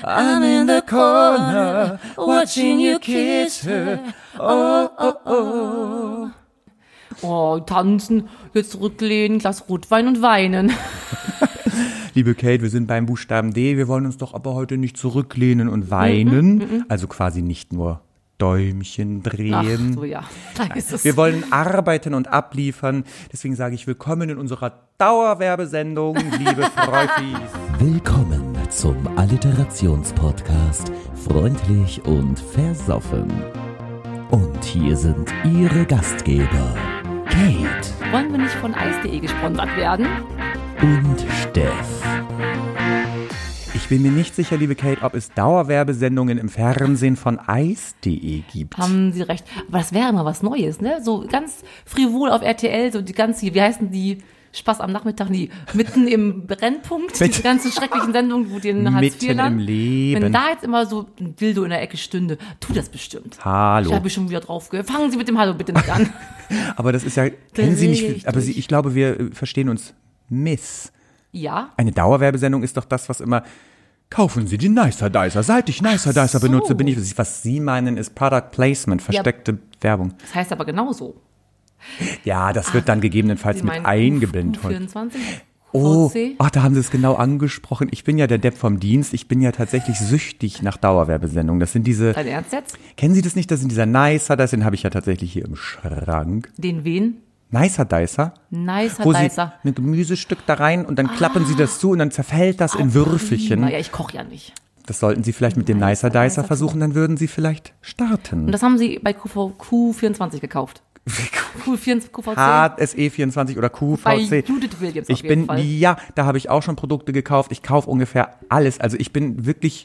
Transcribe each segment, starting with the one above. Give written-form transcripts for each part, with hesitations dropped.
I'm in the corner, watching you kiss her. Oh, oh, oh. Oh, tanzen, jetzt zurücklehnen, Glas Rotwein und weinen. Liebe Kate, wir sind beim Buchstaben D. Wir wollen uns doch aber heute nicht zurücklehnen und weinen. Also quasi nicht nur Däumchen drehen. Ach so, ja, da ist es. Wir wollen arbeiten und abliefern. Deswegen sage ich willkommen in unserer Dauerwerbesendung, liebe Freufis. Willkommen zum Alliterationspodcast Freundlich und Versoffen. Und hier sind Ihre Gastgeber Kate Wollen wir nicht von Eis.de gesponsert werden? und Steff. Ich bin mir nicht sicher, liebe Kate, ob es Dauerwerbesendungen im Fernsehen von Eis.de gibt. Haben Sie recht. Aber das wäre mal was Neues, ne? So ganz frivol auf RTL, so die ganze, wie heißen die, Spaß am Nachmittag, die mitten im Brennpunkt, diese ganzen schrecklichen Sendungen, wo die in Hartz IV Mitten im Leben. Wenn da jetzt immer so ein Dildo in der Ecke stünde, tu das bestimmt. Hallo. Ich habe schon wieder drauf gehört. Fangen Sie mit dem Hallo bitte nicht an. Aber das ist ja, kennen Sie nicht, Richtig. aber ich glaube, wir verstehen uns miss. Ja? Eine Dauerwerbesendung ist doch das, was immer, kaufen Sie die Nicer Dicer. Seit ich Nicer Dicer so. benutze, bin ich, was Sie meinen, ist Product Placement, versteckte Werbung. Das heißt aber genauso. Ja, das wird dann gegebenenfalls Sie mit meinen eingeblendet. Q24? Oh, VC? ach, da haben Sie es genau angesprochen. Ich bin ja der Depp vom Dienst. Ich bin ja tatsächlich süchtig nach Dauerwerbesendungen. Das sind diese, Dein Ernst jetzt? kennen Sie das nicht? Das sind dieser Nicer Dicer, den habe ich ja tatsächlich hier im Schrank. Den wen? Nicer Dicer. Nicer Wo Sie Dicer. ein Gemüsestück da rein und dann klappen Sie das zu und dann zerfällt das in Würfelchen. Naja, ich koche ja nicht. Das sollten Sie vielleicht mit dem Nicer Dicer versuchen, dann würden Sie vielleicht starten. Und das haben Sie bei Q24 gekauft. QVC? HSE24 oder Bei QVC. Judith Williams Ich auf jeden bin, Fall. ja, da habe ich auch schon Produkte gekauft. Ich kaufe ungefähr alles. Also ich bin wirklich,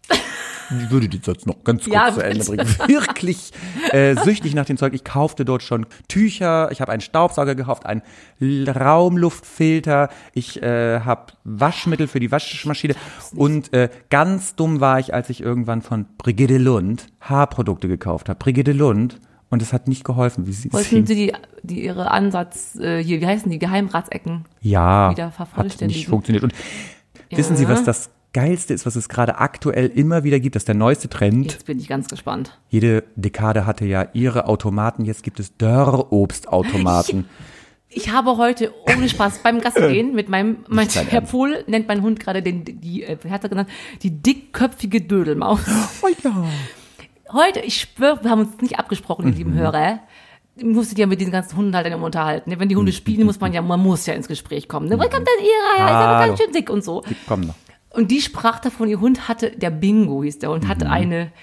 ich würde den Satz noch ganz kurz Ja, zu Ende bitte. bringen, wirklich süchtig nach dem Zeug. Ich kaufte dort schon Tücher, ich habe einen Staubsauger gekauft, einen Raumluftfilter, ich habe Waschmittel für die Waschmaschine und ganz dumm war ich, als ich irgendwann von Brigitte Lund Haarprodukte gekauft habe. Brigitte Lund. Und es hat nicht geholfen, wie sie Wollten Sie ihre Ansatz, hier, wie heißen die, Geheimratsecken ja, wieder hat vervollständigen? nicht funktioniert. Und wissen Sie, was das Geilste ist, was es gerade aktuell immer wieder gibt? Das ist der neueste Trend. Jetzt bin ich ganz gespannt. Jede Dekade hatte ja ihre Automaten, jetzt gibt es Dörrobstautomaten. Ich habe heute, ohne Spaß, beim Gassi gehen mit mein dein Herr Ernst. Pohl nennt mein Hund gerade wie hat er genannt, die dickköpfige Dödelmaus. Oh ja. Heute, ich schwöre, wir haben uns nicht abgesprochen, die Mhm. lieben Hörer. Ich musste ja mit diesen ganzen Hundehaltern immer unterhalten. ne? Wenn die Mhm. Hunde spielen, man muss ja ins Gespräch kommen. Ne? Wo kommt denn ihre her? Ist aber Hallo. ganz schön dick und so. Die kommen noch. Und die sprach davon, ihr Hund hatte, der Bingo hieß der Hund, hatte Mhm. eine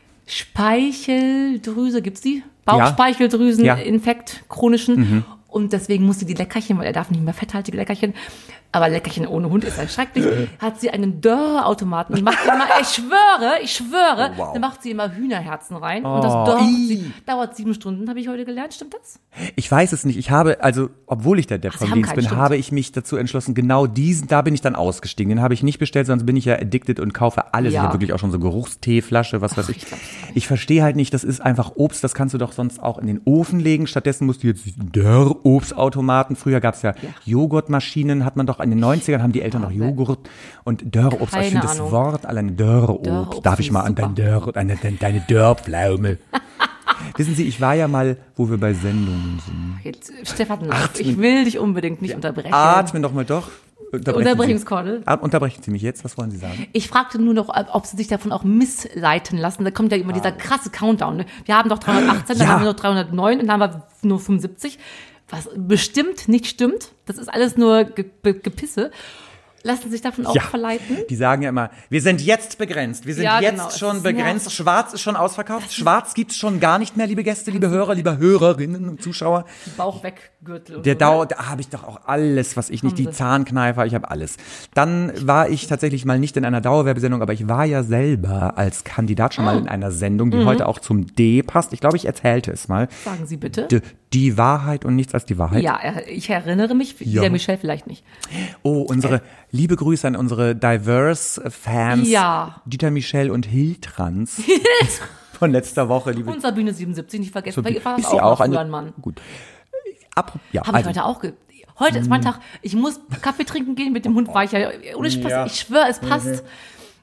Speicheldrüse, gibt's die? Bauchspeicheldrüseninfekt, chronischen. Und deswegen musste die Leckerchen, weil er darf nicht mehr fetthaltige Leckerchen, aber Leckerchen ohne Hund ist ja schrecklich, hat sie einen Dörrautomaten und macht immer, ich schwöre, wow. dann macht sie immer Hühnerherzen rein und das dauert 7 Stunden, habe ich heute gelernt, stimmt das? Ich weiß es nicht. Ich habe, also, obwohl ich der Depp Sie vom haben Dienst keinen, bin, stimmt. habe ich mich dazu entschlossen, genau diesen, da bin ich dann ausgestiegen. Den habe ich nicht bestellt, sonst bin ich ja addicted und kaufe alles. Ja. Ich habe wirklich auch schon so Geruchsteeflasche, was weiß ich. ich glaub, Ich verstehe halt nicht, das ist einfach Obst, das kannst du doch sonst auch in den Ofen legen. Stattdessen musst du jetzt Dörrobstautomaten. Früher gab es ja Joghurtmaschinen, hat man doch in den 90ern, haben die Eltern noch Joghurt und Dörrobst. Keine Ich finde das Ahnung. Wort alleine Dörrobst. Dörrobst Darf ich mal an ist deine Dörrpflaume. Wissen Sie, ich war ja mal, wo wir bei Sendungen sind. Jetzt, Stefan, ich will dich unbedingt nicht unterbrechen. Atmen doch mal doch. Unterbrechungskordel. Unterbrechen Sie mich jetzt, was wollen Sie sagen? Ich fragte nur noch, ob Sie sich davon auch missleiten lassen. Da kommt ja immer dieser krasse Countdown. Ne? Wir haben doch 318, dann Ja. haben wir noch 309 und dann haben wir nur 75. Was bestimmt nicht stimmt. Das ist alles nur Gepisse. Lassen Sie sich davon auch verleiten? Die sagen ja immer, wir sind jetzt begrenzt, wir sind Ja, jetzt genau, es schon ist begrenzt, nervig. Schwarz ist schon ausverkauft, Schwarz gibt's schon gar nicht mehr, liebe Gäste, liebe Hörer, liebe Hörerinnen und Zuschauer. Bauch weg, Gürtel und Der so. dauert, da habe ich doch auch alles, was ich nicht, die Sie. Zahnkneifer, ich habe alles. Dann war ich tatsächlich mal nicht in einer Dauerwerbesendung, aber ich war ja selber als Kandidat schon mal in einer Sendung, die heute auch zum D passt. Ich glaube, ich erzählte es mal. Sagen Sie bitte. Die Wahrheit und nichts als die Wahrheit. Ja, ich erinnere mich, Ja. der Michelle vielleicht nicht. Oh, unsere liebe Grüße an unsere Diverse-Fans. Ja. Dieter Michel und Hiltrans. Von letzter Woche, liebe. Und Sabine 77 nicht vergessen, weil ihr war ist auch sie auch noch früher eine, ein Mann. Gut. Ja, Habe ich heute auch Heute ist mein Tag, ich muss Kaffee trinken gehen, mit dem Hund war ich ja, ohne Spaß, ich schwöre, es passt.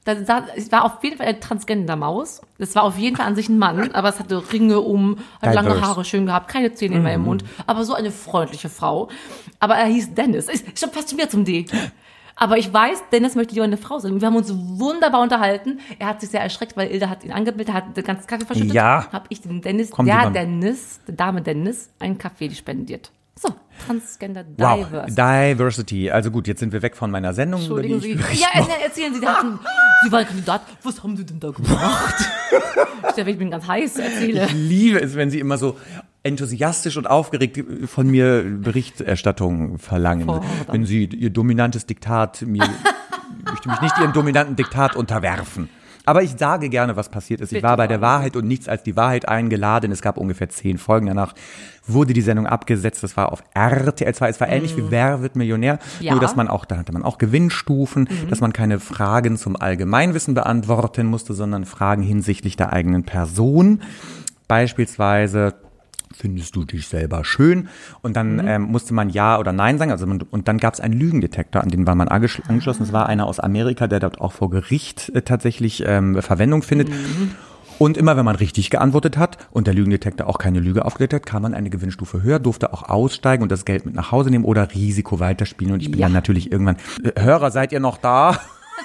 Es war auf jeden Fall eine Transgender-Maus. Es war auf jeden Fall an sich ein Mann, aber es hatte Ringe hat lange Haare schön gehabt, keine Zähne mehr im Mund, aber so eine freundliche Frau. Aber er hieß Dennis. Ich stand fast schon wieder zum D. Aber ich weiß, Dennis möchte lieber eine Frau sein. Wir haben uns wunderbar unterhalten. Er hat sich sehr erschreckt, weil Ilda hat ihn angebildet, hat den ganzen Kaffee verschüttet. Ja. Habe ich dem Dennis, der Dame Dennis, einen Kaffee spendiert. So, Transgender Diversity. Wow, Diversity. Also gut, jetzt sind wir weg von meiner Sendung. Entschuldigen Sie. Ja, erzählen Sie. Sie waren Kandidat. Was haben Sie denn da gemacht? Ich bin ganz heiß, erzähle. Ich liebe es, wenn Sie immer so enthusiastisch und aufgeregt von mir Berichterstattung verlangen. Wenn Sie Ihr dominantes Diktat ich möchte mich nicht Ihrem dominanten Diktat unterwerfen. Aber ich sage gerne, was passiert ist. Ich war bei der Wahrheit und nichts als die Wahrheit eingeladen. Es gab ungefähr 10 Folgen. Danach wurde die Sendung abgesetzt. Das war auf RTL 2. Es war ähnlich wie Wer wird Millionär? Ja. Nur, dass da hatte man auch Gewinnstufen, dass man keine Fragen zum Allgemeinwissen beantworten musste, sondern Fragen hinsichtlich der eigenen Person. Beispielsweise, findest du dich selber schön? Und dann musste man Ja oder Nein sagen. Und dann gab es einen Lügendetektor, an den war man angeschlossen. Es war einer aus Amerika, der dort auch vor Gericht tatsächlich Verwendung findet. Und immer wenn man richtig geantwortet hat und der Lügendetektor auch keine Lüge aufgedeckt hat, kam man eine Gewinnstufe höher, durfte auch aussteigen und das Geld mit nach Hause nehmen oder Risiko weiterspielen. Und ich bin dann natürlich irgendwann, Hörer, seid ihr noch da?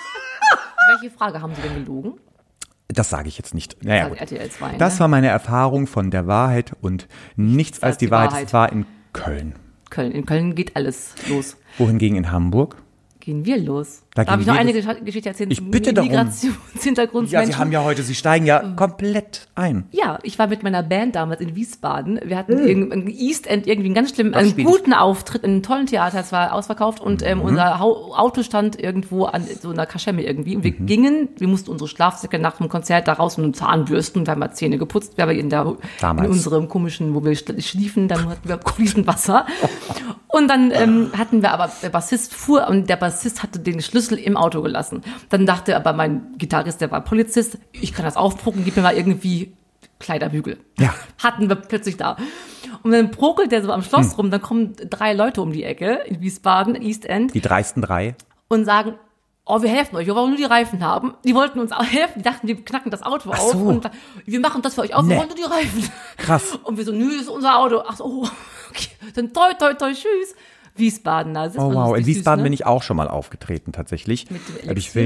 Welche Frage haben Sie denn gelogen? Das sage ich jetzt nicht. Naja, gut. RTL 2, das war meine Erfahrung von der Wahrheit und nichts als die Wahrheit. Das war in Köln. In Köln geht alles los. Wohingegen in Hamburg? Gehen wir los. Darf ich noch eine Geschichte erzählen? Ich bitte darum. Migrationshintergrund. Ja, Sie steigen ja komplett ein. Ja, ich war mit meiner Band damals in Wiesbaden. Wir hatten in East End irgendwie einen guten Auftritt in einem tollen Theater. Es war ausverkauft und unser Auto stand irgendwo an so einer Kaschemme irgendwie. Und wir mussten unsere Schlafsäcke nach dem Konzert da raus und Zahnbürsten. Wir haben mal Zähne geputzt. Wir haben in unserem komischen, wo wir schliefen, dann hatten wir fließend Wasser. Und dann hatten wir aber, der Bassist fuhr und der Bassist hatte den Schlüssel im Auto gelassen. Dann dachte aber mein Gitarrist, der war Polizist, ich kann das aufdrucken, gib mir mal irgendwie Kleiderbügel. Ja. Hatten wir plötzlich da. Und dann prokelt der so am Schloss rum, dann kommen 3 Leute um die Ecke in Wiesbaden, East End. Die dreisten 3. Und sagen, wir helfen euch, wir wollen nur die Reifen haben. Die wollten uns auch helfen, die dachten, wir knacken das Auto auf. Und wir machen das für euch auf, wir wollen nur die Reifen. Krass. Und wir so, das ist unser Auto. Ach so, okay. Dann toi, tschüss. Wiesbaden. Das ist wow, in Wiesbaden süß, ne? bin ich auch schon mal aufgetreten, tatsächlich. Mit dem Aber ich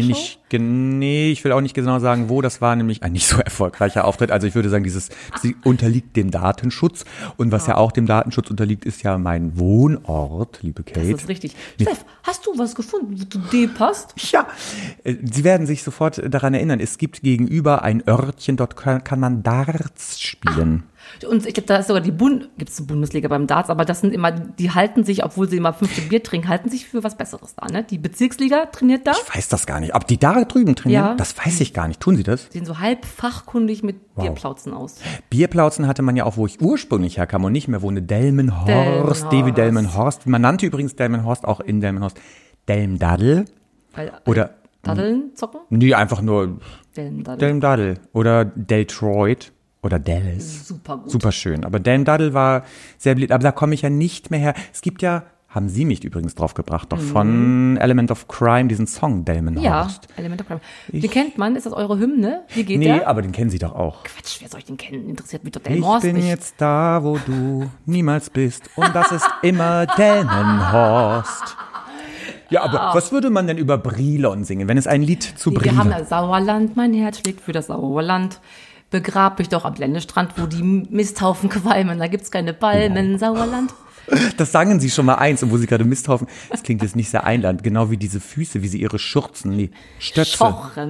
will auch nicht genau sagen, wo. Das war nämlich ein nicht so erfolgreicher Auftritt. Also ich würde sagen, sie unterliegt dem Datenschutz. Und was ja auch dem Datenschutz unterliegt, ist ja mein Wohnort, liebe Kate. Das ist richtig. Steff, hast du was gefunden, wo du dir passt? Ja, Sie werden sich sofort daran erinnern. Es gibt gegenüber ein Örtchen, dort kann man Darts spielen. Und ich glaube, da ist sogar gibt's eine Bundesliga beim Darts, aber das sind immer, die halten sich, obwohl sie immer 5. Bier trinken, halten sich für was Besseres da, ne? Die Bezirksliga trainiert da. Ich weiß das gar nicht. Ob die da drüben trainieren, das weiß ich gar nicht. Tun sie das? Sehen so halb fachkundig mit Bierplauzen aus. Bierplauzen hatte man ja auch, wo ich ursprünglich herkam und nicht mehr wohne, Delmenhorst, David Delmenhorst. Man nannte übrigens Delmenhorst auch in Delmenhorst Delmdaddel. Oder Daddeln zocken? Nee, einfach nur Delmdaddel. Oder Deltroit. Oder Dallas. Super gut. Super schön. Aber Delmdaddel war sehr beliebt. Aber da komme ich ja nicht mehr her. Es gibt ja, haben Sie mich übrigens drauf gebracht, doch von Element of Crime, diesen Song Delmenhorst. Ja, Element of Crime. Den kennt man? Ist das eure Hymne? Wie geht der? Nee, aber den kennen Sie doch auch. Quatsch, wer soll ich den kennen? Interessiert mich doch Delmenhorst nicht. Ich bin jetzt da, wo du niemals bist. Und das ist immer Delmenhorst. Ja, aber was würde man denn über Brilon singen, wenn es ein Lied zu Brilon? Wir haben das Sauerland, mein Herz schlägt für das Sauerland. Begrab mich doch am Bländestrand, wo die Misthaufen qualmen. Da gibt's keine Palmen, Sauerland. Das sangen Sie schon mal eins, und wo Sie gerade Misthaufen. Das klingt jetzt nicht sehr einladend. Genau wie diese Füße, wie Sie ihre Schürzen, Stöpsel.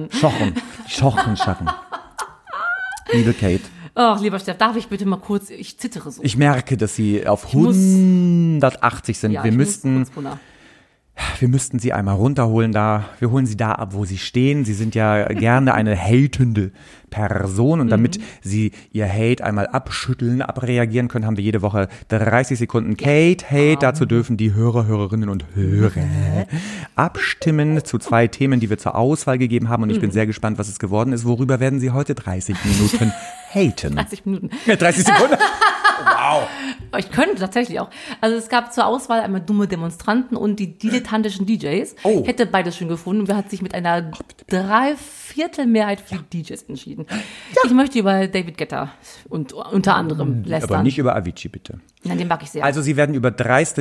Schochen. Liebe Kate. Ach, lieber Steff, darf ich bitte mal kurz, ich zittere so. Ich merke, dass Sie auf 180 sind. Ja, Wir müssten Sie einmal runterholen da. Wir holen Sie da ab, wo Sie stehen. Sie sind ja gerne eine hatende Person. Und damit Sie Ihr Hate einmal abschütteln, abreagieren können, haben wir jede Woche 30 Sekunden Hate. Dazu dürfen die Hörerinnen und Hörer abstimmen zu 2 Themen, die wir zur Auswahl gegeben haben. Und ich bin sehr gespannt, was es geworden ist. Worüber werden Sie heute 30 Minuten haten? 30 Minuten. Ja, 30 Sekunden. Wow. Wow. Ich könnte tatsächlich auch. Also es gab zur Auswahl einmal dumme Demonstranten und die dilettantischen DJs. Oh. Hätte beides schön gefunden. Wer hat sich mit einer 3/4 für die DJs entschieden. Ja. Ich möchte über David Guetta und unter anderem lästern. Aber nicht über Avicii, bitte. Nein, den mag ich sehr. Also Sie werden über dreiste,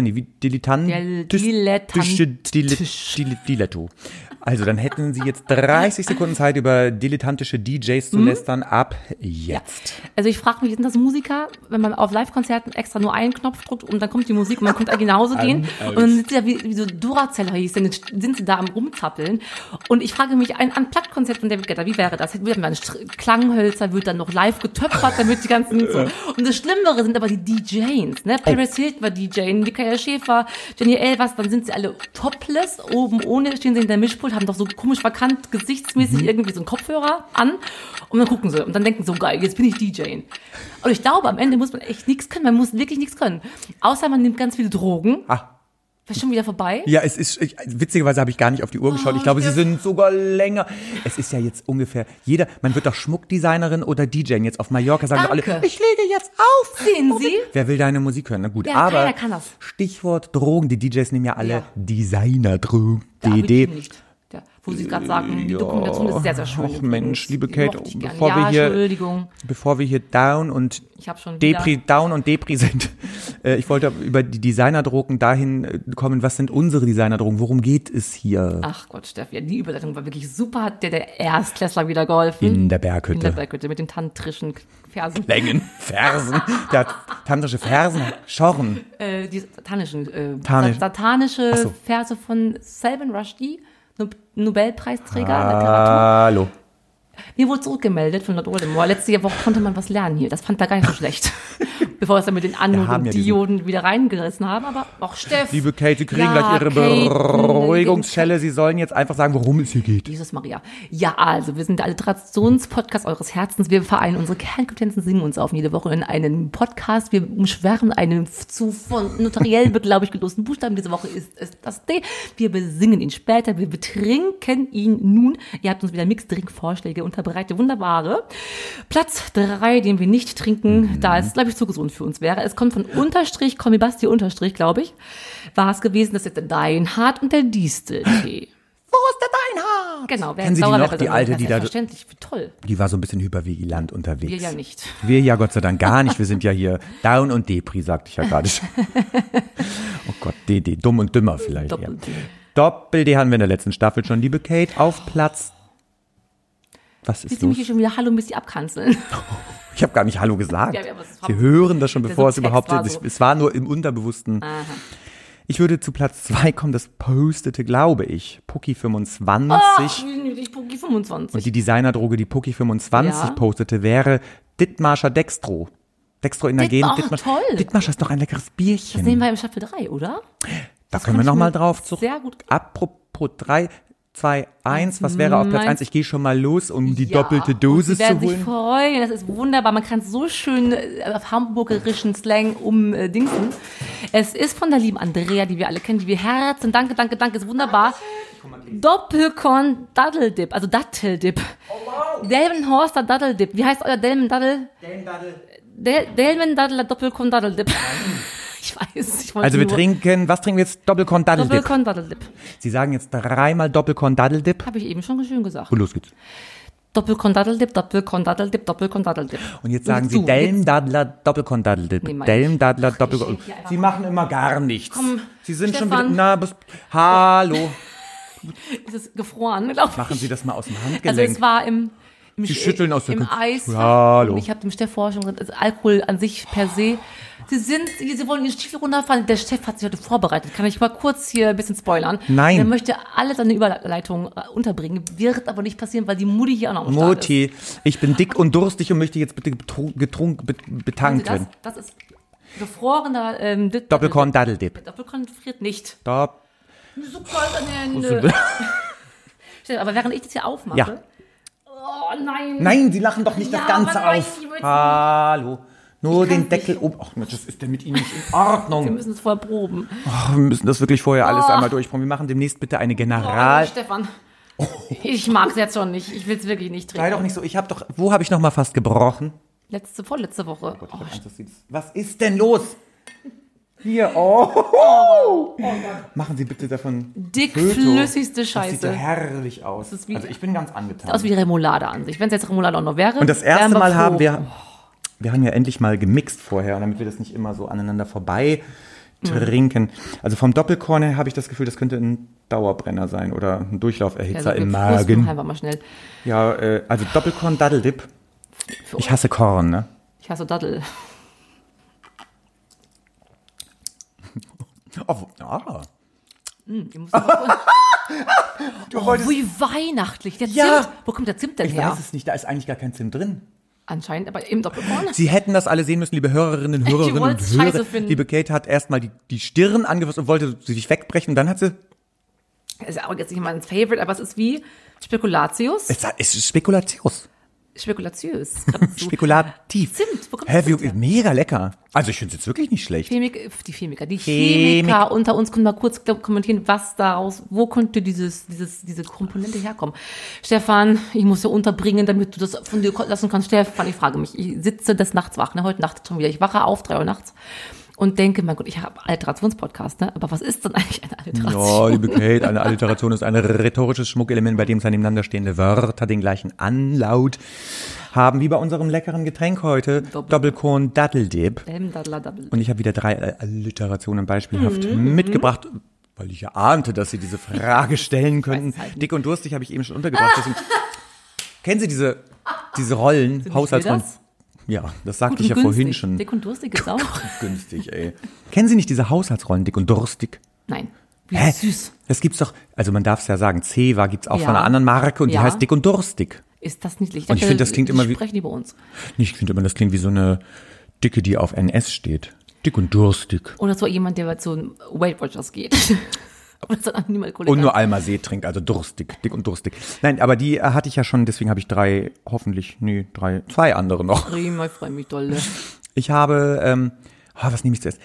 Diletto. Also dann hätten Sie jetzt 30 Sekunden Zeit, über dilettantische DJs zu lästern. Ab jetzt. Ja. Also ich frage mich, sind das Musiker, wenn man auf Live-Konzerten extra nur einen Knopf drückt und dann kommt die Musik und man könnte eigentlich nach Hause gehen und dann sind sie ja wie so Duracell hieß, dann sind sie da am Rumzappeln. Und ich frage mich, ein Unplugged-Konzert von David Guetta, wie wäre das? Wird man Klanghölzer, wird dann noch live getöpfert, damit die ganzen so. Und das Schlimmere sind aber die DJs, ne? Paris Hilton war DJ, Michael Schäfer, Jenny Elvers, dann sind sie alle topless, oben ohne, stehen sie in der Mischpult, haben doch so komisch verkannt, gesichtsmäßig irgendwie so einen Kopfhörer an und dann gucken sie und dann denken so, geil, jetzt bin ich DJ. Und ich glaube, am Ende muss man echt nichts können, man muss wirklich nichts können. Außer man nimmt ganz viele Drogen. Ist schon wieder vorbei? Ja, es ist, witzigerweise habe ich gar nicht auf die Uhr geschaut. Ich glaube, sie sind sogar länger. Es ist ja jetzt ungefähr man wird doch Schmuckdesignerin oder DJ. Jetzt auf Mallorca sagen alle, ich lege jetzt auf. Sehen Sie? Wer will deine Musik hören? Na gut, ja, aber keiner kann das. Stichwort Drogen. Die DJs nehmen ja alle Designerdrogen. Nicht. Ja, wo Sie gerade sagen, die Dokumentation ist sehr, sehr schön. Ach Mensch, liebe Kate, Entschuldigung. Bevor wir hier Down und Depri sind, ich wollte über die Designerdrogen dahin kommen, was sind unsere Designerdrogen, worum geht es hier? Ach Gott, Steff, ja, die Überleitung war wirklich super, hat der Erstklässler wieder geholfen. In der Berghütte. Mit den tantrischen Fersen. Fersen. Der hat tantrische Fersen, Schorren. Die satanische Verse von Salman Rushdie. Nobelpreisträger in der Literatur. Hallo. Mir wurde zurückgemeldet von Lord Voldemort. Letzte Woche konnte man was lernen hier. Das fand er gar nicht so schlecht. Bevor es dann mit den Anoden und Dioden wieder reingerissen haben. Aber auch Steff. Liebe Kate, Sie kriegen gleich Ihre Beruhigungsschelle. Sie sollen jetzt einfach sagen, worum es hier geht. Jesus Maria. Ja, also, wir sind der Alliterationspodcast eures Herzens. Wir vereinen unsere Kernkompetenzen, singen uns auf jede Woche in einen Podcast. Wir umschwärmen einen von notariell, glaube ich, gelosten Buchstaben. Diese Woche ist es das D. Wir besingen ihn später. Wir betrinken ihn nun. Ihr habt uns wieder Mixdrink-Vorschläge unterbreitet. Wunderbare. Platz 3, den wir nicht trinken, da es, glaube ich, zu gesund für uns wäre. Es kommt von Unterstrich, Kommibasti Unterstrich, glaube ich, war es gewesen, das ist der Deinhardt und der Disteltee. Wo ist der Deinhardt? Genau. Kennen Sie die noch, die alte, die da... Selbstverständlich, toll. Die war so ein bisschen hypervigilant unterwegs. Wir ja nicht. Wir ja Gott sei Dank gar nicht. Wir sind ja hier Down und Depri, sagte ich ja gerade schon. Oh Gott, DD, dumm und dümmer vielleicht. Doppel-D hatten wir in der letzten Staffel schon, liebe Kate, auf Platz... Was ist los? Sie mich hier schon wieder Hallo, bis Sie abkanzeln. Ich habe gar nicht Hallo gesagt. Ja, Sie hören das schon, bevor es überhaupt... Es war nur im Unterbewussten. Aha. Ich würde zu Platz 2 kommen, das postete, glaube ich, Pucki25. Ach, wie Pucki25. Und die Designerdroge, die Pucki25 postete, wäre Dithmarscher Dextro. Dextro in der Gen. Toll. Dithmarscher ist doch ein leckeres Bierchen. Das sehen wir im Staffel 3, oder? Da können wir nochmal drauf zurück. Sehr gut. Apropos 3, 2, 1, was wäre auf Platz 1? Ich gehe schon mal los, um die doppelte Dosis zu holen. Sie werden sich freuen, das ist wunderbar. Man kann so schön auf hamburgerischen Slang umdingsen. Es ist von der lieben Andrea, die wir alle kennen, die wir herzen. Danke, ist wunderbar. Doppelkorn Daddeldip, also Datteldip. Oh, wow. Delmenhorster Daddeldip. Wie heißt euer Delmendaddel? Delmendaddler Doppelkorn Daddeldip. Ich weiß. Also wir trinken, was trinken wir jetzt? Doppelkorn Daddeldip. Doppelkorn Daddeldip. Sie sagen jetzt 3-mal Doppelkorn Daddeldip. Habe ich eben schon schön gesagt. Und los geht's. Doppelkorn Daddeldip, Doppelkorn Daddeldip, Doppelkorn Daddeldip. Und jetzt sagen Sie Delmdaddler Doppelkorn Daddeldip. Delmdaddler Doppelkorn. Sie machen immer gar nichts. Komm, Sie sind Stefan. schon wieder, hallo. Ist es gefroren, glaube ich. Machen Sie das mal aus dem Handgelenk. Also es war Sie schütteln aus der Eis. Hallo. Und ich habe dem Steff vorher schon gesagt, also Alkohol an sich per se. Sie wollen den Stiefel runterfahren. Der Steff hat sich heute vorbereitet. Kann ich mal kurz hier ein bisschen spoilern? Nein. Er möchte alle seine Überleitungen unterbringen. Wird aber nicht passieren, weil die Mutti hier auch noch am Start ist. Mutti, ich bin dick und durstig und möchte jetzt bitte betankt werden. Das ist gefrorener Doppelkorn Daddeldip. Doppelkorn friert nicht. So kalt an den Händen. Aber während ich das hier aufmache... Ja. Oh nein. Nein, Sie lachen doch nicht das Ganze auf. Hallo. Nur den Deckel oben. Ach, was ist denn mit Ihnen nicht in Ordnung? Wir müssen es vorher proben. Oh, wir müssen das wirklich vorher alles einmal durchproben. Wir machen demnächst bitte eine Stefan. Ich mag es jetzt schon nicht. Ich will es wirklich nicht trinken. Sei doch nicht so. Wo habe ich noch mal fast gebrochen? Vorletzte Woche. Oh Gott, ich hab Angst, dass was ist denn los? Hier, oh. Machen Sie bitte davon dickflüssigste Scheiße. Das sieht ja herrlich aus. Also ich bin ganz angetan. Sieht aus wie Remoulade an sich. Wenn es jetzt Remoulade auch noch wäre. Und das erste Mal haben wir haben ja endlich mal gemixt vorher, damit wir das nicht immer so aneinander vorbei trinken. Also vom Doppelkorn her habe ich das Gefühl, das könnte ein Dauerbrenner sein oder ein Durchlauferhitzer im Magen. Einfach mal schnell. Ja, also Doppelkorn, Datteldip. Ich hasse Korn, ne? Ich hasse Dattel. Oh, wie weihnachtlich. Der Zimt. Wo kommt der Zimt denn her? Ich weiß es nicht, da ist eigentlich gar kein Zimt drin. Anscheinend, aber im Doppelkorn. Sie hätten das alle sehen müssen, liebe Hörerinnen und Hörer. Liebe Kate hat erstmal die Stirn angefasst und wollte sie sich wegbrechen. Und dann hat sie... Das ist auch jetzt nicht mein Favorite, aber es ist wie Spekulatius. Es ist Spekulatius. Spekulatius. Spekulativ. Zimt, wo kommt der Zimt her? Mega lecker. Also ich finde es jetzt wirklich nicht schlecht. Die Chemiker unter uns können mal kurz kommentieren, wo könnte diese Komponente herkommen. Stefan, ich muss ja unterbringen, damit du das von dir lassen kannst. Stefan, ich frage mich, ich sitze des Nachts wach, ne, heute Nacht schon wieder. Ich wache auf 3 Uhr nachts und denke, mein Gott, ich habe Alliterationspodcast, ne? Aber was ist denn eigentlich eine Alliteration? Ja, liebe Kate, eine Alliteration ist ein rhetorisches Schmuckelement, bei dem zwei nebeneinander stehende Wörter den gleichen Anlaut haben, wie bei unserem leckeren Getränk heute, Doppelkorn Datteldip. Und ich habe wieder 3 Alliterationen beispielhaft mitgebracht, weil ich ja ahnte, dass Sie diese Frage stellen könnten. Dick und durstig habe ich eben schon untergebracht. Deswegen, kennen Sie diese Rollen, Haushaltsrollen? Ja, das sagte ich ja vorhin schon. Dick und durstig ist auch. Günstig, ey. Kennen Sie nicht diese Haushaltsrollen, dick und durstig? Nein. Wie süß. Das gibt's doch, also man darf es ja sagen, Ceva gibt's auch von einer anderen Marke und die heißt dick und durstig. Ist das niedlich? Und ich finde, das klingt immer wie... Sprechen die bei uns? Ich finde immer, das klingt wie so eine Dicke, die auf NS steht. Dick und durstig. Oder so jemand, der zu Weight Watchers geht. Und nur Almasee trinkt, also durstig, dick und durstig. Nein, aber die hatte ich ja schon, deswegen habe ich 2 andere noch. Prima, ich freue mich dolle. Ich habe, was nehme ich zuerst?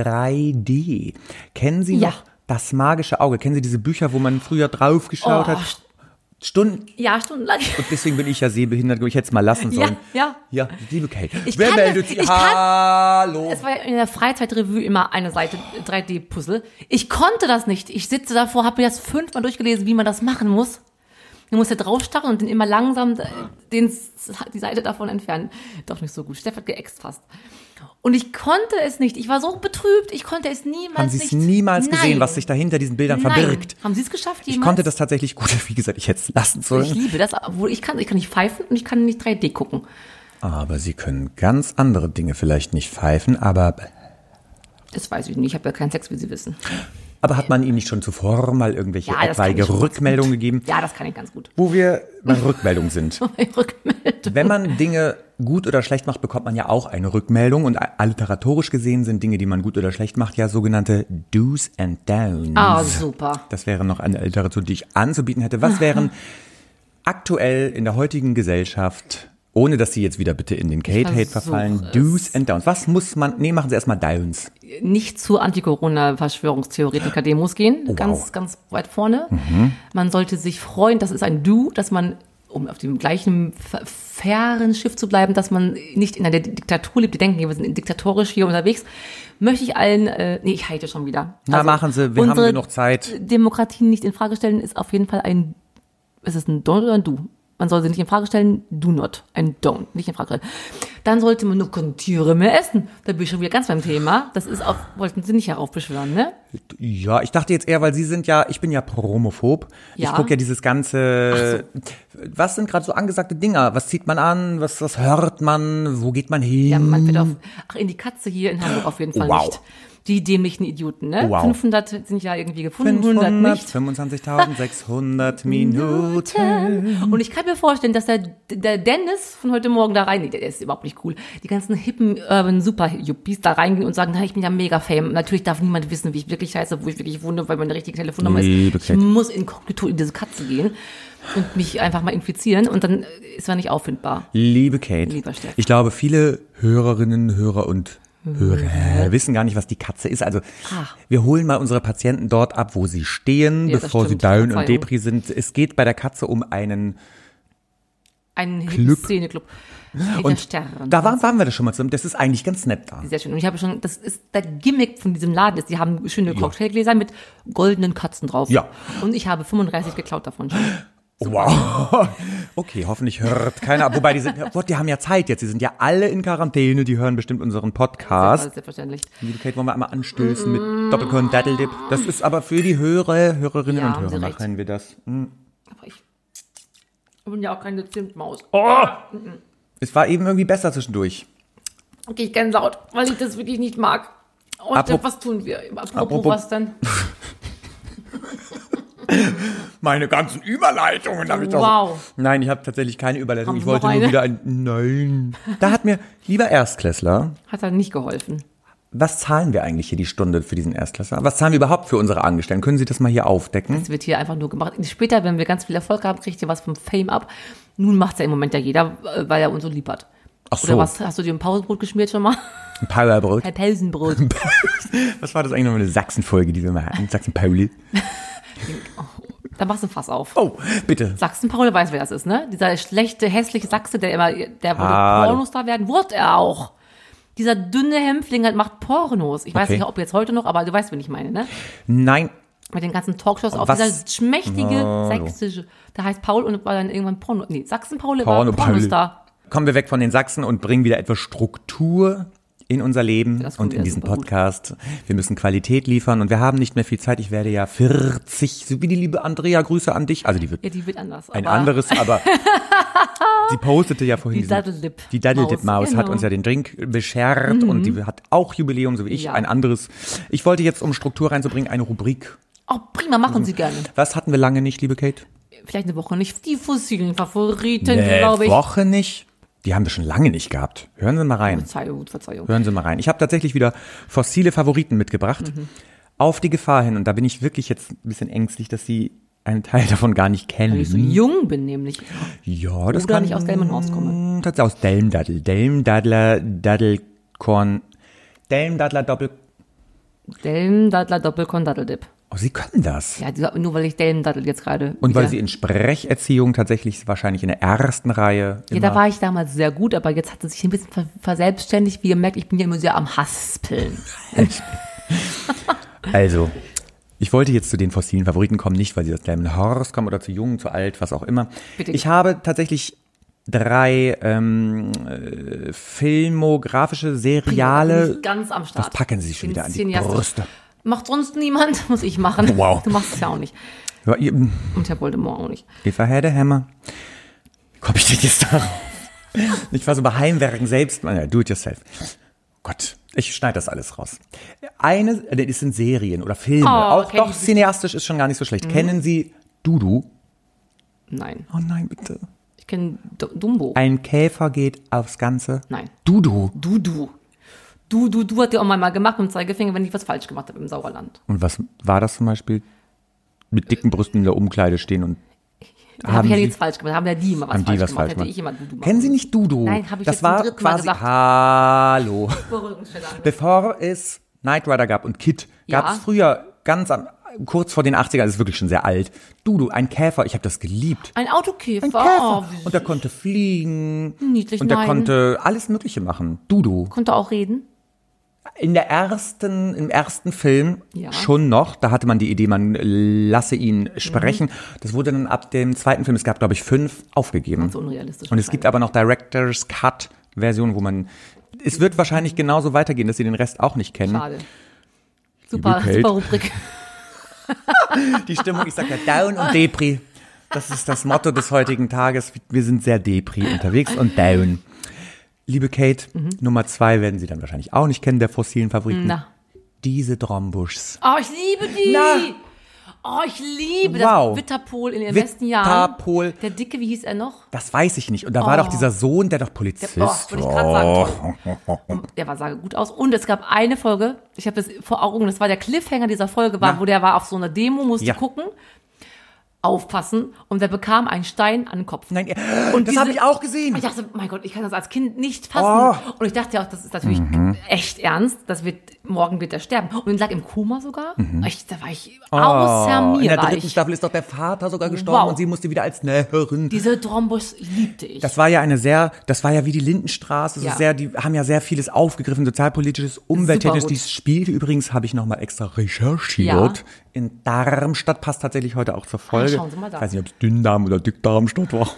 3D. Kennen Sie noch das magische Auge? Kennen Sie diese Bücher, wo man früher drauf geschaut hat? Stundenlang. Und deswegen bin ich ja sehbehindert, ich hätte es mal lassen sollen. Ja, liebe Kate. Wer meldet sich? Hallo. Es war ja in der Freizeitrevue immer eine Seite 3D-Puzzle. Ich konnte das nicht. Ich sitze davor, habe mir das 5-mal durchgelesen, wie man das machen muss. Man muss ja draufstarren und dann immer langsam die Seite davon entfernen. Doch nicht so gut. Steff hat geäxt fast. Und ich konnte es nicht. Ich war so betrübt. Ich konnte es niemals. Haben Sie es niemals gesehen, was sich da hinter diesen Bildern verbirgt? Haben Sie es geschafft jemals? Ich konnte das tatsächlich gut. Wie gesagt, ich hätte es lassen sollen. Ich liebe das, obwohl ich kann nicht pfeifen und ich kann nicht 3D gucken. Aber Sie können ganz andere Dinge vielleicht nicht pfeifen, aber... Das weiß ich nicht. Ich habe ja keinen Sex, wie Sie wissen. Aber hat man Ihnen nicht schon zuvor mal irgendwelche etwaige Rückmeldungen gegeben? Ja, das kann ich ganz gut. Wo wir bei Rückmeldungen sind. Wenn man Dinge gut oder schlecht macht, bekommt man ja auch eine Rückmeldung. Und alliteratorisch gesehen sind Dinge, die man gut oder schlecht macht, ja sogenannte Do's and Don'ts. Ah, super. Das wäre noch eine Alliteration, die ich anzubieten hätte. Was wären aktuell in der heutigen Gesellschaft, ohne dass Sie jetzt wieder bitte in den Kate-Hate verfallen, Do's and Don'ts? Was muss man, machen Sie erstmal Don'ts. Nicht zu Anti-Corona-Verschwörungstheoretiker-Demos gehen, ganz weit vorne. Man sollte sich freuen, das ist ein Do, dass man, um auf dem gleichen fairen Schiff zu bleiben, dass man nicht in einer Diktatur lebt. Die denken, wir sind diktatorisch hier unterwegs. Möchte ich allen, ich halte schon wieder. Na, machen Sie, wir haben genug Zeit. Demokratien nicht in Frage stellen ist auf jeden Fall ist es ein Don't oder ein Do? Man soll sie nicht in Frage stellen, do not, ein don't, nicht in Frage stellen. Dann sollte man nur keine Tiere mehr essen. Da bin ich schon wieder ganz beim Thema. Das ist wollten Sie nicht heraufbeschwören, ne? Ja, ich dachte jetzt eher, weil ich bin ja promophob. Ja. Ich gucke ja dieses ganze, was sind gerade so angesagte Dinger? Was zieht man an? Was hört man? Wo geht man hin? Ja, man wird in die Katze hier in Hamburg auf jeden Fall nicht. Die dämlichen Idioten, ne? Wow. 500 sind ja irgendwie gefunden, 100 nicht. 25.600 Minuten. Und ich kann mir vorstellen, dass der Dennis von heute Morgen da rein, der ist überhaupt nicht cool, die ganzen hippen Urban Super-Yuppies da reingehen und sagen, ich bin ja mega fame. Natürlich darf niemand wissen, wie ich wirklich heiße, wo ich wirklich wohne, weil meine richtige Telefonnummer ist. Ich muss inkognito in diese Katze gehen und mich einfach mal infizieren und dann ist er nicht auffindbar. Liebe Kate, lieber Steff, ich glaube, viele Hörerinnen, Hörer und Hörer wissen gar nicht, was die Katze ist. Also wir holen mal unsere Patienten dort ab, wo sie stehen, bevor sie down und Depri sind. Es geht bei der Katze um einen Ein Club. Szeneclub. Und Stern. da waren wir das schon mal zusammen. Das ist eigentlich ganz nett da. Sehr schön. Und ich habe schon, das ist der Gimmick von diesem Laden ist, die haben schöne Cocktailgläser mit goldenen Katzen drauf. Ja. Und ich habe 35 geklaut davon schon. Wow. Okay, hoffentlich hört keiner. Wobei, die haben ja Zeit jetzt. Die sind ja alle in Quarantäne. Die hören bestimmt unseren Podcast. Selbstverständlich. Liebe Kate, wollen wir einmal anstößen mit Doppelkorn Datteldip? Das ist aber für die Hörerinnen Ja, und haben Sie Hörer recht. machen wir das. Aber ich bin ja auch keine Zimtmaus. Es war eben irgendwie besser zwischendurch. Okay, ich Gänsehaut, weil ich das wirklich nicht mag. Und was tun wir? Apropos was denn? Meine ganzen Überleitungen habe ich doch. Wow. Nein, ich habe tatsächlich keine Überleitung. Haben Ich Sie wollte noch nur eine? wieder Nein. Da hat mir, lieber Erstklässler, Hat er nicht geholfen. was zahlen wir eigentlich hier die Stunde für diesen Erstklässler? Was zahlen wir überhaupt für unsere Angestellten? Können Sie das mal hier aufdecken? Das wird hier einfach nur gemacht. Später, wenn wir ganz viel Erfolg haben, kriegt ihr was vom Fame ab. Nun macht's ja im Moment ja jeder, weil er uns so lieb hat. Ach so, Oder was? Hast du dir ein Pausenbrot geschmiert schon mal? ein Powerbrot. Ein Pausenbrot. Was war das eigentlich noch eine Sachsen-Folge, die wir mal hatten? Sachsen-Pauli. Da machst du ein Fass auf. Oh, bitte. Sachsen-Paul weiß, wer das ist, ne? Dieser schlechte, hässliche Sachse, der wollte Hallo. Pornostar werden. Wurde er auch. Dieser dünne Hämpfling macht Pornos. Ich weiß Okay. nicht, ob jetzt heute noch, aber du weißt, wen ich meine, ne? Nein, Mit den ganzen Talkshows auf was? dieser schmächtige sächsische, der heißt Paul und war dann irgendwann Sachsen-Paul war Porno-Pauli. Pornostar. Kommen wir weg von den Sachsen und bringen wieder etwas Struktur in unser Leben Das kommt und in ja diesen super gut. Podcast. Wir müssen Qualität liefern und wir haben nicht mehr viel Zeit. Ich werde ja 40, so wie die liebe Andrea, Grüße an dich. Also die wird Ja, die wird anders. ein aber anderes, aber sie postete ja vorhin Die Daddledip. Die Daddledip-Maus hat Genau. uns ja den Drink beschert und die hat auch Jubiläum, so wie ich, Ja. ein anderes. Ich wollte jetzt, um Struktur reinzubringen, eine Rubrik. Oh, prima, machen Sie gerne. Was hatten wir lange nicht, liebe Kate? Vielleicht eine Woche nicht. Die fossilen Favoriten, glaube ich. Woche nicht? Die haben wir schon lange nicht gehabt. Hören Sie mal rein. Verzeihung. Hören Sie mal rein. Ich habe tatsächlich wieder fossile Favoriten mitgebracht. Auf die Gefahr hin. Und da bin ich wirklich jetzt ein bisschen ängstlich, dass Sie einen Teil davon gar nicht kennen. Weil ich so jung bin, nämlich. Ja, das Oder kann nicht aus Delmenhorst komme. Tatsächlich aus Delmdaddel. Delmdaddler, Daddelkorn. Delmdaddler Doppel... Delmdaddler Doppelkorn Daddeldip. Oh, Sie können das. Ja, nur weil ich Delmdaddel jetzt gerade. Und weil wieder- Sie in Sprecherziehung tatsächlich wahrscheinlich in der ersten Reihe Ja, da war ich damals sehr gut, aber jetzt hat es sich ein bisschen verselbstständigt. Wie ihr merkt, ich bin ja immer sehr am Haspeln. Also, ich wollte jetzt zu den fossilen Favoriten kommen, nicht weil sie aus Delmenhorst kommen oder zu jung, zu alt, was auch immer. Bitte. Ich habe tatsächlich 3 filmografische Bin Seriale. ich ganz am Start. Was packen Sie sich schon Bin wieder an die cineastisch. Brüste? Macht sonst niemand, muss ich machen. Wow. Du machst es ja auch nicht. Ja, Und Herr Voldemort auch nicht. If I had a hammer. Wie komme ich denn jetzt darauf? Ich war so bei Heimwerken selbst. Do it yourself. Gott, ich schneide das alles raus. Das sind Serien oder Filme. Auch kenn doch, ich. cineastisch ist schon gar nicht so schlecht. Kennen Sie Dudu? Nein. Oh nein, bitte. Ich kenne Dumbo. Ein Käfer geht aufs Ganze. Nein. Dudu. Du hat die Oma mal gemacht mit dem Zeigefinger, wenn ich was falsch gemacht habe im Sauerland. Und was war das zum Beispiel? Mit dicken Brüsten in der Umkleide stehen und Da habe ich ja Sie- nichts falsch gemacht. Haben ja die immer was haben die falsch was gemacht. falsch Hätte gemacht? ich immer Dudu machen Kennen Sie nicht Dudu? Nein, habe ich Das jetzt zum war dritten Mal quasi, gesagt. hallo. Beruhigungsstelle an. Bevor es Knight Rider gab und Kid, gab es Ja. früher kurz vor den 80ern, das ist wirklich schon sehr alt, Dudu, ein Käfer, ich habe das geliebt. Ein Autokäfer. Ein Käfer. Oh, wie Und der konnte fliegen. niedlich, Und der nein. konnte alles Mögliche machen. Dudu. Konnte auch reden. Im ersten Film Ja. schon noch, da hatte man die Idee, man lasse ihn sprechen. Das wurde dann ab dem zweiten Film, es gab glaube ich 5, aufgegeben. So unrealistisch. Und es gibt aber noch Director's Cut Versionen, wo es wird wahrscheinlich genauso weitergehen, dass Sie den Rest auch nicht kennen. Schade. Super, Kate. super Rubrik. Die Stimmung, ich sag ja Down und Depri. Das ist das Motto des heutigen Tages. Wir sind sehr Depri unterwegs und Down. Liebe Kate, Nummer 2 werden Sie dann wahrscheinlich auch nicht kennen, der fossilen Favoriten. Na. Diese Drombuschs. Oh, ich liebe die. Na. Oh, ich liebe Wow. das Witterpol in den besten Jahren. Witterpol. Der Dicke, wie hieß er noch? Das weiß ich nicht. Und da war doch dieser Sohn, der doch Polizist Würde ich gerade sagen. Der sah gut aus. Und es gab eine Folge, ich habe das vor Augen, das war der Cliffhanger dieser Folge, wo der war auf so einer Demo, musste Ja. gucken. aufpassen und er bekam einen Stein an den Kopf. Nein, und das habe ich auch gesehen. Ich dachte, mein Gott, ich kann das als Kind nicht fassen. Und ich dachte ja auch, das ist natürlich echt ernst. Morgen wird er sterben. Und er lag im Koma sogar. Da war ich außer mir. In der dritten Staffel ist doch der Vater sogar gestorben und sie musste wieder als Näherin. Diese Thrombus liebte ich. Das war ja wie die Lindenstraße. Die haben ja sehr vieles aufgegriffen, sozialpolitisches, umwelttechnisches. Dieses Spiel übrigens habe ich nochmal extra recherchiert. In Darmstadt, passt tatsächlich heute auch zur Folge. Schauen Sie mal da. Ich weiß nicht, ob es Dünndarm oder Dickdarmstadt war.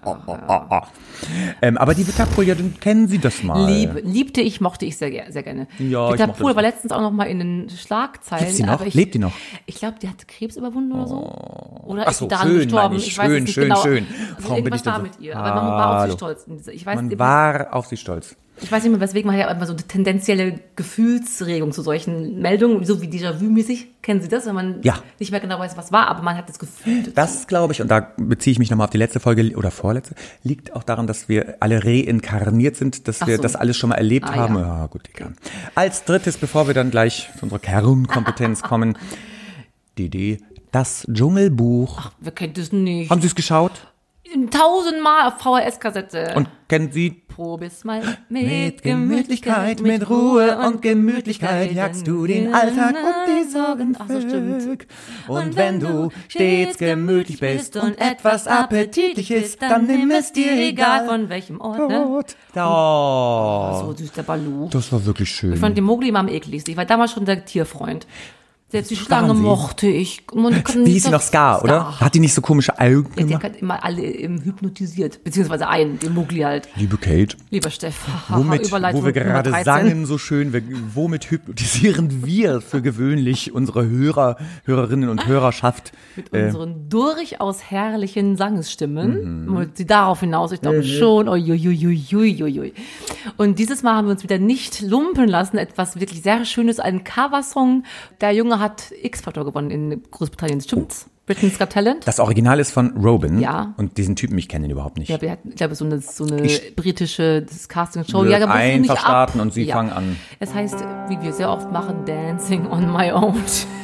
Aber die Vitapool, kennen Sie das mal? Liebte ich, mochte ich sehr gerne. Ja, Vitapool war letztens auch noch mal in den Schlagzeilen. Gibt's die noch? Lebt die noch? Ich glaube, die hat Krebs überwunden oder so. Oder Ach ist so, sie daran schön, gestorben? ich. Ich weiß es nicht Schön. genau. Warum Irgendwas war mit ihr. Aber man war auf sie stolz. Man war auf sie stolz. Ich weiß nicht mehr, weswegen man ja immer so eine tendenzielle Gefühlsregung zu solchen Meldungen, so wie Déjà-vu-mäßig. Kennen Sie das? Wenn man nicht mehr genau weiß, was war, aber man hat das Gefühl dazu. Das glaube ich, und da beziehe ich mich nochmal auf die letzte Folge oder vorletzte, liegt auch daran, dass wir alle reinkarniert sind, dass wir das alles schon mal erlebt haben. Ja, gut, egal. Als drittes, bevor wir dann gleich zu unserer Kernkompetenz kommen, die Idee, das Dschungelbuch. Ach, wer kennt das nicht? Haben Sie es geschaut? 1000-mal auf VHS-Kassette. Und kennen Sie? Probier's mal mit Gemütlichkeit, mit Ruhe und Gemütlichkeit jagst du den Alltag und die Sorgen weg. Und wenn du stets gemütlich bist und etwas appetitlich ist, dann nimm es dir egal von welchem Ort. Ne? So süß, der Balu. Das war wirklich schön. Ich fand den Mogli immer am ekligsten. Ich war damals schon der Tierfreund. Selbst die Schlange mochte ich. Wie hieß sie noch? Scar, oder? Hat die nicht so komische Augen gemacht? Die hat immer alle hypnotisiert. Beziehungsweise den Mogli halt. Liebe Kate. Lieber Steff. Wo wir gerade sangen so schön, womit hypnotisieren wir für gewöhnlich unsere Hörerinnen und Hörerschaft? Mit unseren durchaus herrlichen Sangesstimmen. Und sie darauf hinaus, ich glaube schon. Uiuiuiuiui. Und dieses Mal haben wir uns wieder nicht lumpen lassen. Etwas wirklich sehr Schönes, ein Coversong. Der Junge hat X-Factor gewonnen in Großbritannien, stimmt's? Britain's Got Talent. Das Original ist von Robin. Ja. Und diesen Typen, ich kenne ihn überhaupt nicht. Ja, ich glaube, so eine britische Casting-Show. Ja, einfach starten und sie fangen an. Es heißt, wie wir sehr oft machen, Dancing on My Own.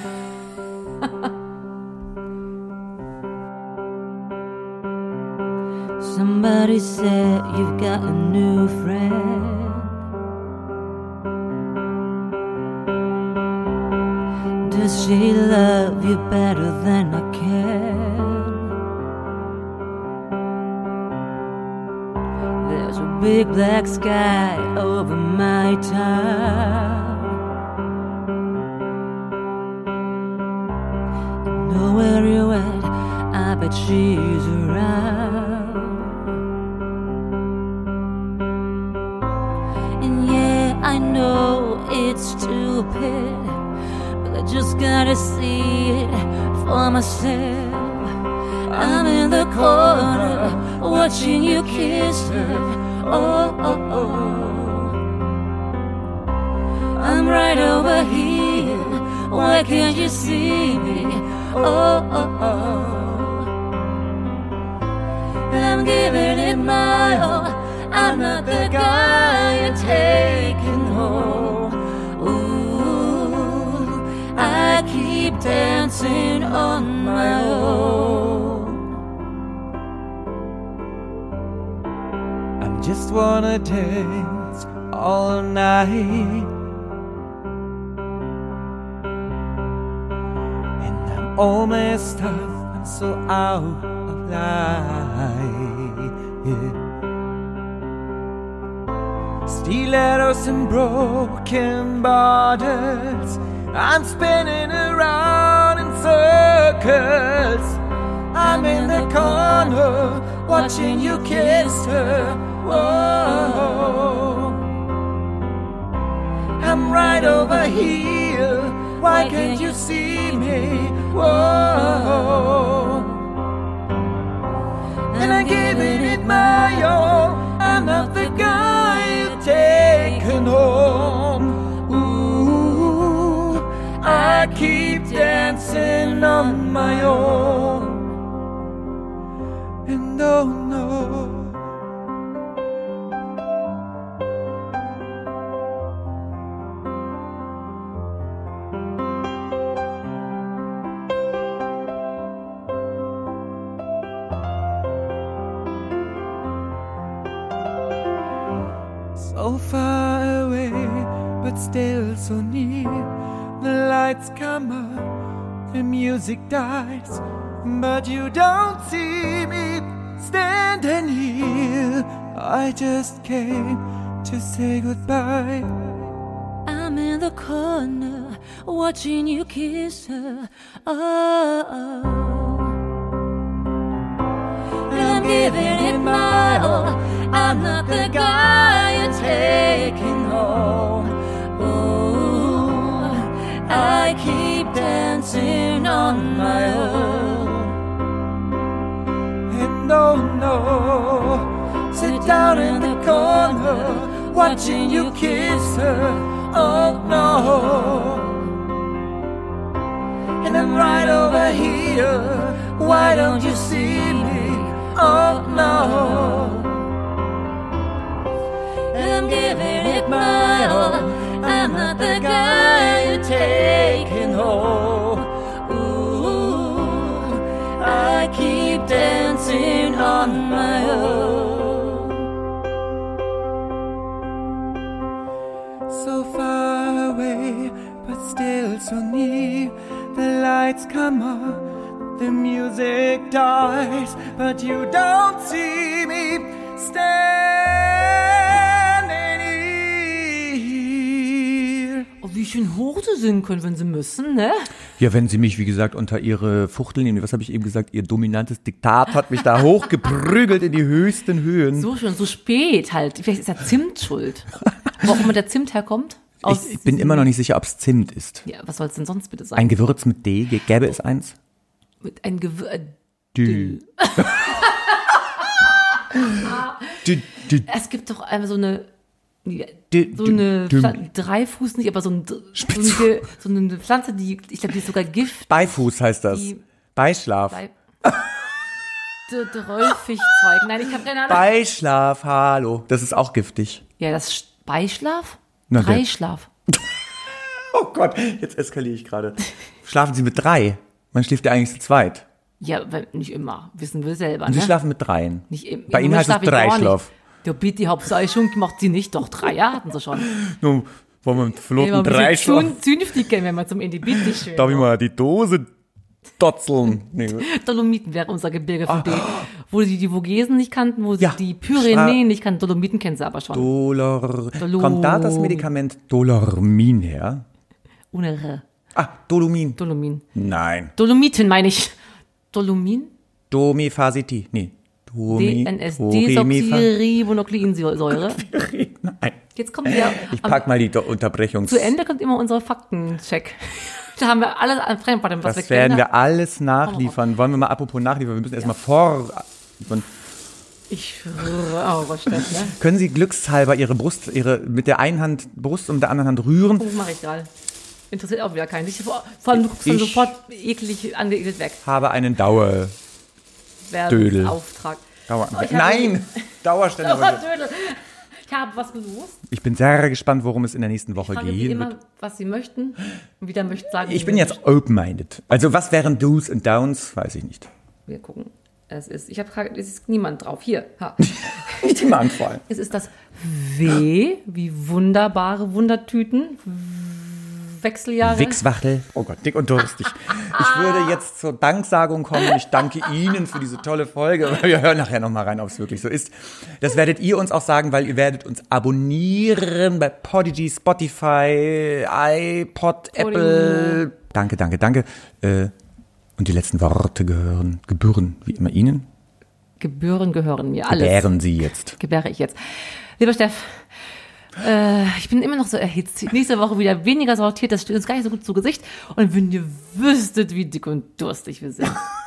Somebody said you've got a new friend. Does she love you better than I can? There's a big black sky over my town. I know where you're at, I bet she's around. And yeah, I know it's stupid, I just gotta see it for myself. I'm in the corner watching you kiss her. Oh, oh, oh. I'm right over here. Why can't you see me? Oh, oh, oh. I'm giving it my all. I'm not the guy you're taking home. I keep dancing on my own. I just wanna dance all night, and I'm all messed up and so out of line. Stilettos and broken bottles, I'm spinning around in circles. I'm in the corner watching you kiss her. Whoa. I'm right over here. Why can't you see me? Whoa. And I'm giving it my all. I'm not the guy you're taking home. I keep dancing on my own, and oh no. So far away, but still so near. The lights come up, the music dies, but you don't see me standing here. I just came to say goodbye. I'm in the corner, watching you kiss her. Oh. I'm giving it my all. I'm not the guy you're taking home. Oh, I keep dancing on my own. And oh no, sit down in the corner, watching you kiss her. Oh no. And I'm right over here, why don't you see me? Oh no. And I'm giving it my all. I'm not the guy you're taking home. Ooh, I keep dancing on my own. So far away, but still so near. The lights come up, the music dies, but you don't see me standing here. Oh, wie schön hoch sie singen können, wenn sie müssen, ne? Ja, wenn sie mich, wie gesagt, unter ihre Fuchtel nehmen, was habe ich eben gesagt, ihr dominantes Diktat hat mich da hochgeprügelt in die höchsten Höhen. So schön, so spät halt. Vielleicht ist ja Zimt schuld. Wo auch immer der Zimt herkommt. Ich bin immer noch nicht sicher, ob es Zimt ist. Ja, was soll es denn sonst bitte sein? Ein Gewürz mit D, gäbe es eins? Mit ein Gewürz. Es gibt doch einmal so eine Dreifuß nicht, aber so eine Pflanze, die, ich glaube, die ist sogar Gift. Beifuß heißt das. Beischlaf. Dreifichzweig. Nein, ich habe keine Ahnung. Beischlaf, hallo. Das ist auch giftig. Ja, das Beischlaf? Na, Dreischlaf. Oh Gott, jetzt eskaliere ich gerade. Schlafen Sie mit 3? Man schläft ja eigentlich zu zweit. Ja, nicht immer. Wissen wir selber, Und Sie ne? schlafen mit 3. Nicht Bei Ihnen heißt es Dreischlaf. Ja, bitte, Hauptsache schon macht sie nicht. Doch, 3 Jahre hatten sie schon. Nun, wollen wir mit verloren Dreischlaf? Zünftig gehen, wenn wir zum Ende, bitte schön. Darf ich mal die Dose dotzeln? Nee. Dolomiten wäre unser Gebirge für die, wo sie die Vogesen nicht kannten, wo sie Ja. die Pyrenäen nicht kannten. Dolomiten kennen sie aber schon. Kommt da das Medikament Dolormin her? Ohne R. Dolomin. Dolomin. Nein. Dolomiten meine ich. Dolomin? Domefasiti. Nee. DNS, Desoxyribonukleinsäure. Nein. Jetzt kommt ja. Ich pack mal die Unterbrechung. Zu Ende kommt immer unser Faktencheck. Da haben wir alles an Fremdwort, was das werden wir alles nachliefern. Wollen wir mal apropos nachliefern? Wir müssen erstmal vor. Was steht, ne? Können Sie glückshalber Ihre Brust, mit der einen Hand Brust und der anderen Hand rühren? Das mache ich gerade. Interessiert auch wieder keinen. Vor allem, du guckst dann sofort eklig angeekelt weg. Habe einen Dauerdödel. Auftrag. Nein! Dauerdödel. Ich habe was gelost. Ich bin sehr gespannt, worum es in der nächsten Woche geht. Ich immer, was Sie möchten. Und wieder möchte sagen. Ich bin jetzt open-minded. Also was wären Do's und Downs? Weiß ich nicht. Wir gucken. Es ist niemand drauf. Hier. Nicht die Handvoll. Es ist das W, wie wunderbare Wundertüten. Wechseljahre. Wichswachtel. Oh Gott, dick und durstig. Ich würde jetzt zur Danksagung kommen. Ich danke Ihnen für diese tolle Folge. Wir hören nachher nochmal rein, ob es wirklich so ist. Das werdet ihr uns auch sagen, weil ihr werdet uns abonnieren bei Podigy, Spotify, iPod, Apple. Danke. Und die letzten Worte gebühren wie immer Ihnen. Gebühren gehören mir. Alles. Gebären Sie jetzt. Gebäre ich jetzt. Lieber Steff, ich bin immer noch so erhitzt. Nächste Woche wieder weniger sortiert, das steht uns gar nicht so gut zu Gesicht. Und wenn ihr wüsstet, wie dick und durstig wir sind.